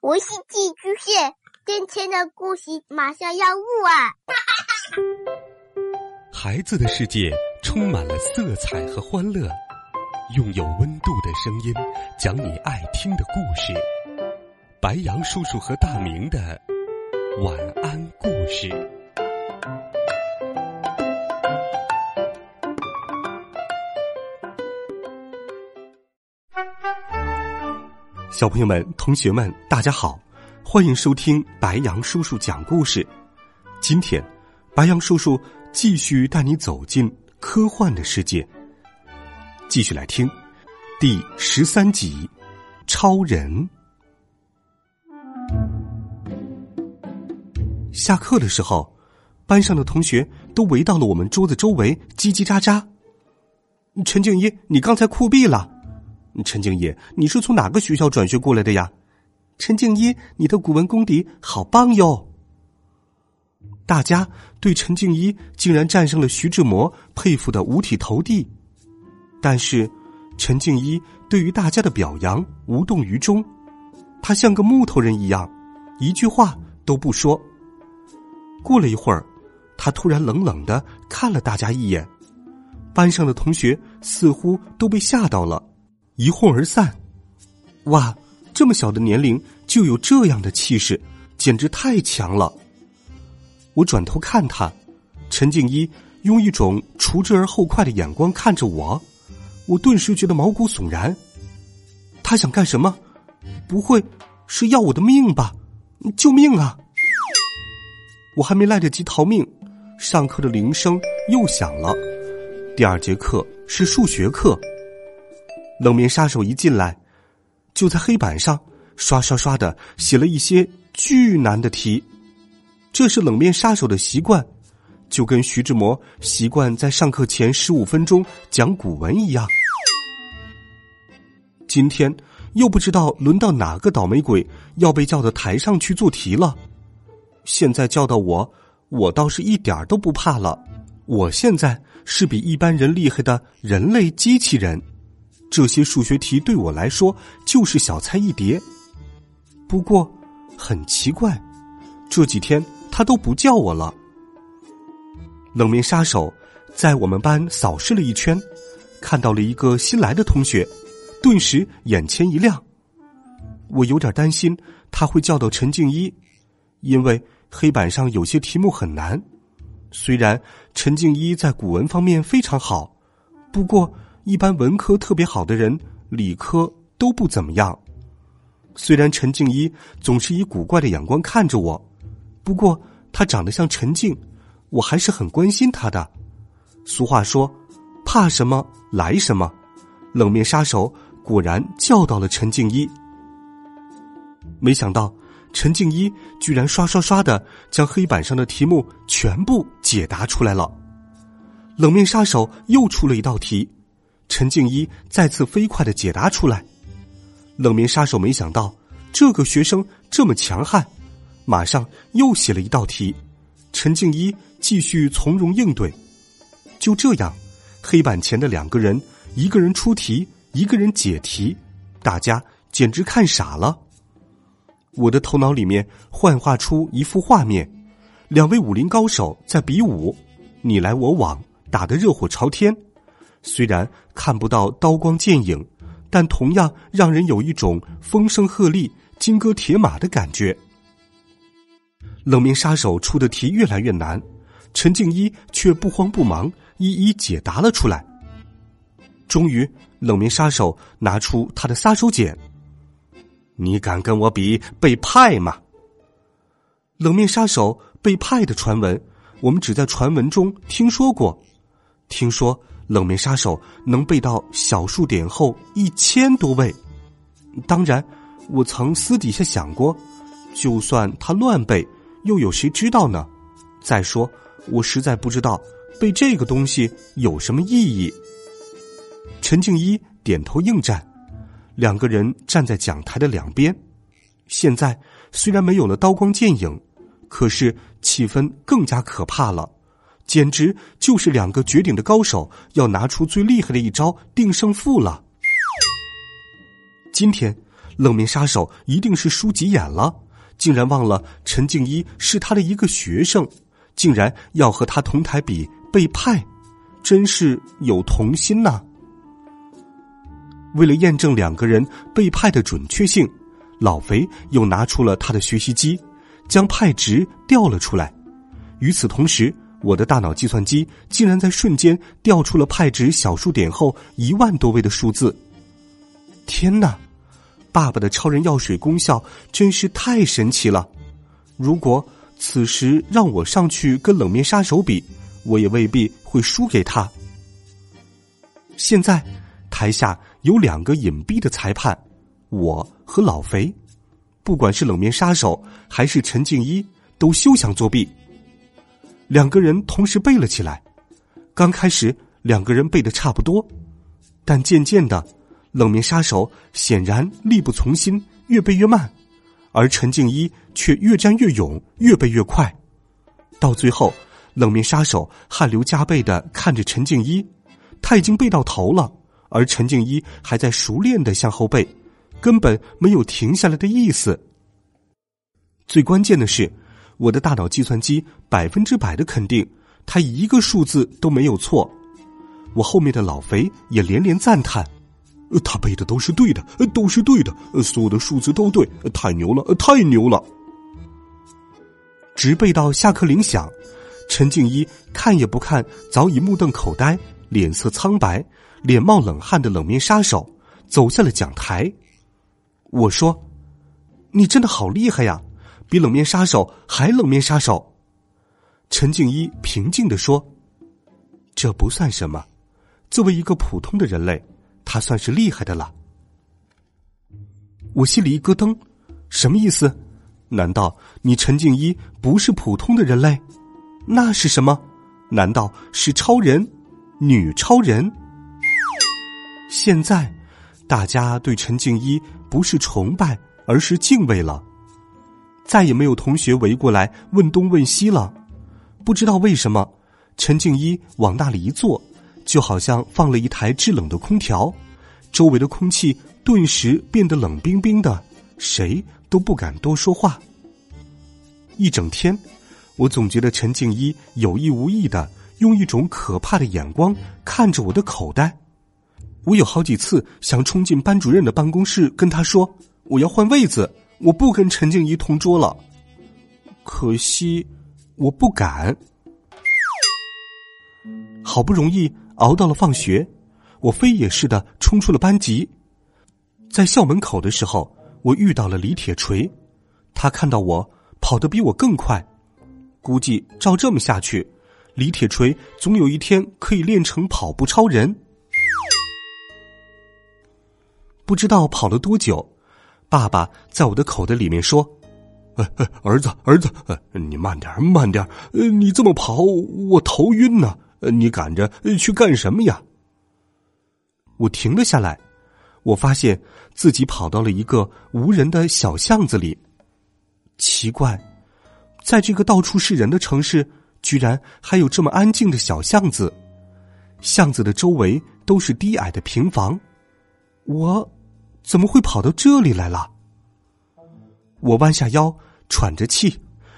我是寄居蟹，今天的故事马上要录啊！ 孩子的世界充满了色彩和欢乐，用有温度的声音讲你爱听的故事。白杨叔叔和大明的晚安故事。小朋友们、同学们，大家好，欢迎收听白杨叔叔讲故事。今天，白杨叔叔继续带你走进科幻的世界，继续来听第13集《超人》。下课的时候，班上的同学都围到了我们桌子周围，叽叽喳喳。陈静一，你刚才酷毙了！陈静一，你是从哪个学校转学过来的呀？陈静一，你的古文功底好棒哟！大家对陈静一竟然战胜了徐志摩佩服得五体投地，但是陈静一对于大家的表扬无动于衷，他像个木头人一样，一句话都不说。过了一会儿，他突然冷冷地看了大家一眼，班上的同学似乎都被吓到了，一哄而散。哇，这么小的年龄就有这样的气势，简直太强了。我转头看他，陈静一用一种除之而后快的眼光看着我，我顿时觉得毛骨悚然。他想干什么？不会是要我的命吧？救命啊！我还没来得及逃命，上课的铃声又响了。第二节课是数学课，冷面杀手一进来，就在黑板上刷刷刷的写了一些巨难的题。这是冷面杀手的习惯，就跟徐志摩习惯在上课前15分钟讲古文一样。今天又不知道轮到哪个倒霉鬼要被叫到台上去做题了。现在叫到我倒是一点都不怕了。我现在是比一般人厉害的人类机器人，这些数学题对我来说就是小菜一碟。不过很奇怪，这几天他都不叫我了。冷面杀手在我们班扫视了一圈，看到了一个新来的同学，顿时眼前一亮。我有点担心他会叫到陈静一，因为黑板上有些题目很难。虽然陈静一在古文方面非常好，不过一般文科特别好的人理科都不怎么样。虽然陈静一总是以古怪的眼光看着我，不过他长得像陈静，我还是很关心他的。俗话说怕什么来什么，冷面杀手果然叫到了陈静一。没想到陈静一居然刷刷刷的将黑板上的题目全部解答出来了。冷面杀手又出了一道题，陈静一再次飞快的解答出来。冷面杀手没想到这个学生这么强悍，马上又写了一道题，陈静一继续从容应对。就这样，黑板前的两个人，一个人出题，一个人解题，大家简直看傻了。我的头脑里面幻化出一幅画面，两位武林高手在比武，你来我往，打得热火朝天。虽然看不到刀光剑影，但同样让人有一种风声鹤唳、金戈铁马的感觉。冷面杀手出的题越来越难，陈静一却不慌不忙，一一解答了出来。终于，冷面杀手拿出他的杀手锏，你敢跟我比背派吗？冷面杀手背派的传闻，我们只在传闻中听说过。听说冷面杀手能背到小数点后1000多位。当然，我曾私底下想过，就算他乱背，又有谁知道呢？再说，我实在不知道背这个东西有什么意义。陈静一点头应战。两个人站在讲台的两边，现在虽然没有了刀光剑影，可是气氛更加可怕了，简直就是两个绝顶的高手要拿出最厉害的一招定胜负了。今天冷面杀手一定是输急眼了，竟然忘了陈静一是他的一个学生，竟然要和他同台比背派，真是有童心呐。为了验证两个人背派的准确性，老肥又拿出了他的学习机，将派值调了出来。与此同时，我的大脑计算机竟然在瞬间调出了派值小数点后10000多位的数字。天哪，爸爸的超人药水功效真是太神奇了！如果此时让我上去跟冷面杀手比，我也未必会输给他。现在台下有2个隐蔽的裁判，我和老肥，不管是冷面杀手还是陈静一，都休想作弊。2个人同时背了起来，刚开始2个人背得差不多，但渐渐的，冷面杀手显然力不从心，越背越慢，而陈静一却越战越勇，越背越快。到最后，冷面杀手汗流浃背地看着陈静一，他已经背到头了，而陈静一还在熟练地向后背，根本没有停下来的意思。最关键的是，我的大脑计算机100%的肯定，他一个数字都没有错。我后面的老肥也连连赞叹，他背的都是对的，都是对的，所有的数字都对，太牛了，太牛了。直背到下课铃响，陈静一看也不看早已目瞪口呆、脸色苍白、脸冒冷汗的冷面杀手，走下了讲台。我说，你真的好厉害呀，比冷面杀手还冷面杀手。陈静一平静地说，这不算什么，作为一个普通的人类，他算是厉害的了。我心里一咯噔，什么意思？难道你陈静一不是普通的人类？那是什么？难道是超人？女超人？现在大家对陈静一不是崇拜，而是敬畏了。再也没有同学围过来问东问西了。不知道为什么，陈静一往那里一坐，就好像放了一台制冷的空调，周围的空气顿时变得冷冰冰的，谁都不敢多说话。一整天，我总觉得陈静一有意无意地用一种可怕的眼光看着我的口袋。我有好几次想冲进班主任的办公室跟他说，我要换位子，我不跟陈静一同桌了。可惜我不敢。好不容易熬到了放学，我飞也似的冲出了班级。在校门口的时候，我遇到了李铁锤，他看到我跑得比我更快，估计照这么下去，李铁锤总有一天可以练成跑步超人。不知道跑了多久，爸爸在我的口袋里面说，儿子，你慢点，你这么跑我头晕呢，你赶着去干什么呀？我停了下来，我发现自己跑到了一个无人的小巷子里。奇怪，在这个到处是人的城市，居然还有这么安静的小巷子。巷子的周围都是低矮的平房，我怎么会跑到这里来了？我弯下腰，喘着气。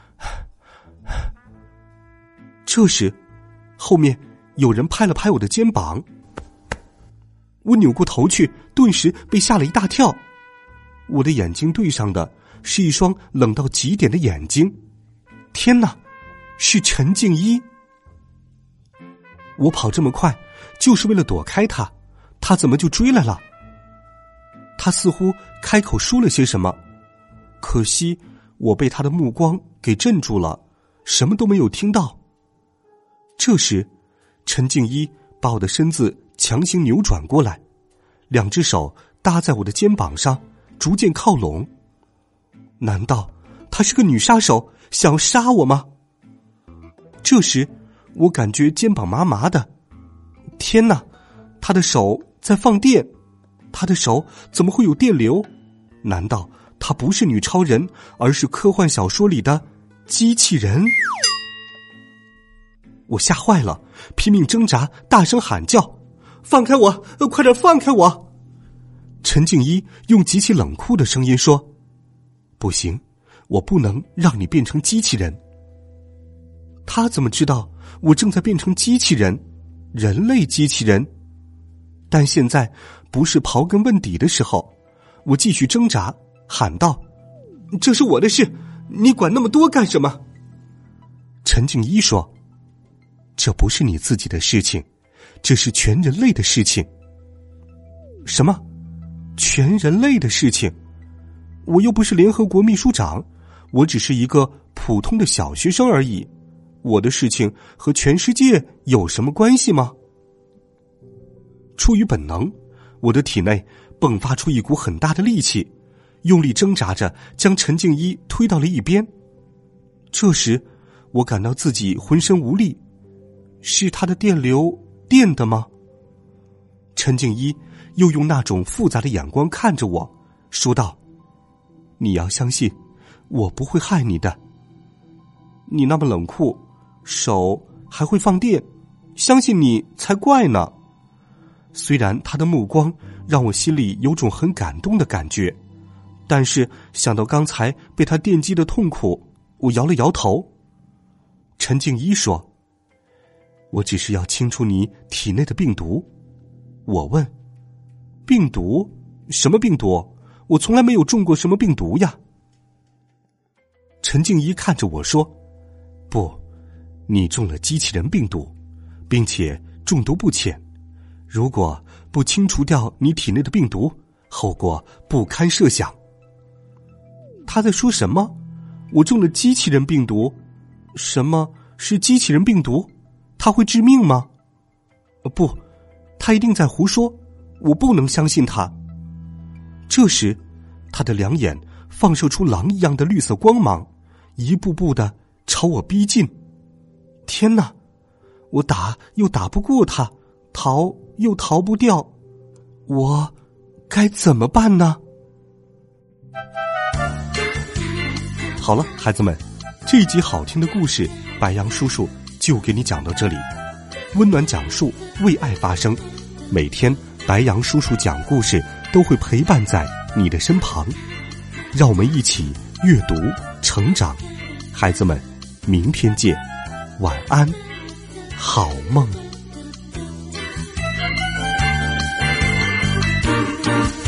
这时，后面有人拍了拍我的肩膀，我扭过头去，顿时被吓了一大跳。我的眼睛对上的是一双冷到极点的眼睛。天哪，是陈静一！我跑这么快，就是为了躲开他，他怎么就追来了？他似乎开口说了些什么，可惜我被他的目光给镇住了，什么都没有听到。这时，陈静一把我的身子强行扭转过来，2只手搭在我的肩膀上，逐渐靠拢。难道她是个女杀手，想要杀我吗？这时，我感觉肩膀麻麻的。天哪，她的手在放电，她的手怎么会有电流？难道她不是女超人，而是科幻小说里的机器人？我吓坏了，拼命挣扎，大声喊叫，放开我，快点放开我！ 陈静一用极其冷酷的声音说：“不行，我不能让你变成机器人。”他怎么知道我正在变成机器人，人类机器人？但现在不是刨根问底的时候，我继续挣扎，喊道：“这是我的事，你管那么多干什么？”陈静一说：“这不是你自己的事情，这是全人类的事情。”什么？全人类的事情？我又不是联合国秘书长，我只是一个普通的小学生而已，我的事情和全世界有什么关系吗？出于本能，我的体内迸发出一股很大的力气，用力挣扎着将陈静一推到了一边。这时我感到自己浑身无力，是他的电流电的吗？陈静一又用那种复杂的眼光看着我，说道：“你要相信，我不会害你的。你那么冷酷，手还会放电，相信你才怪呢。”虽然他的目光让我心里有种很感动的感觉，但是想到刚才被他电击的痛苦，我摇了摇头。陈静一说：“我只是要清除你体内的病毒。”我问：“病毒？什么病毒？我从来没有中过什么病毒呀。”陈静一看着我说：“不，你中了机器人病毒，并且中毒不浅。如果不清除掉你体内的病毒，后果不堪设想。”他在说什么？我中了机器人病毒？什么是机器人病毒？它会致命吗？不，他一定在胡说，我不能相信他。这时，他的两眼放射出狼一样的绿色光芒，一步步的朝我逼近。天哪！我打又打不过他，逃又逃不掉，我该怎么办呢？好了，孩子们，这一集好听的故事，白羊叔叔就给你讲到这里。温暖讲述，为爱发声。每天白羊叔叔讲故事都会陪伴在你的身旁，让我们一起阅读成长。孩子们，明天见，晚安，好梦。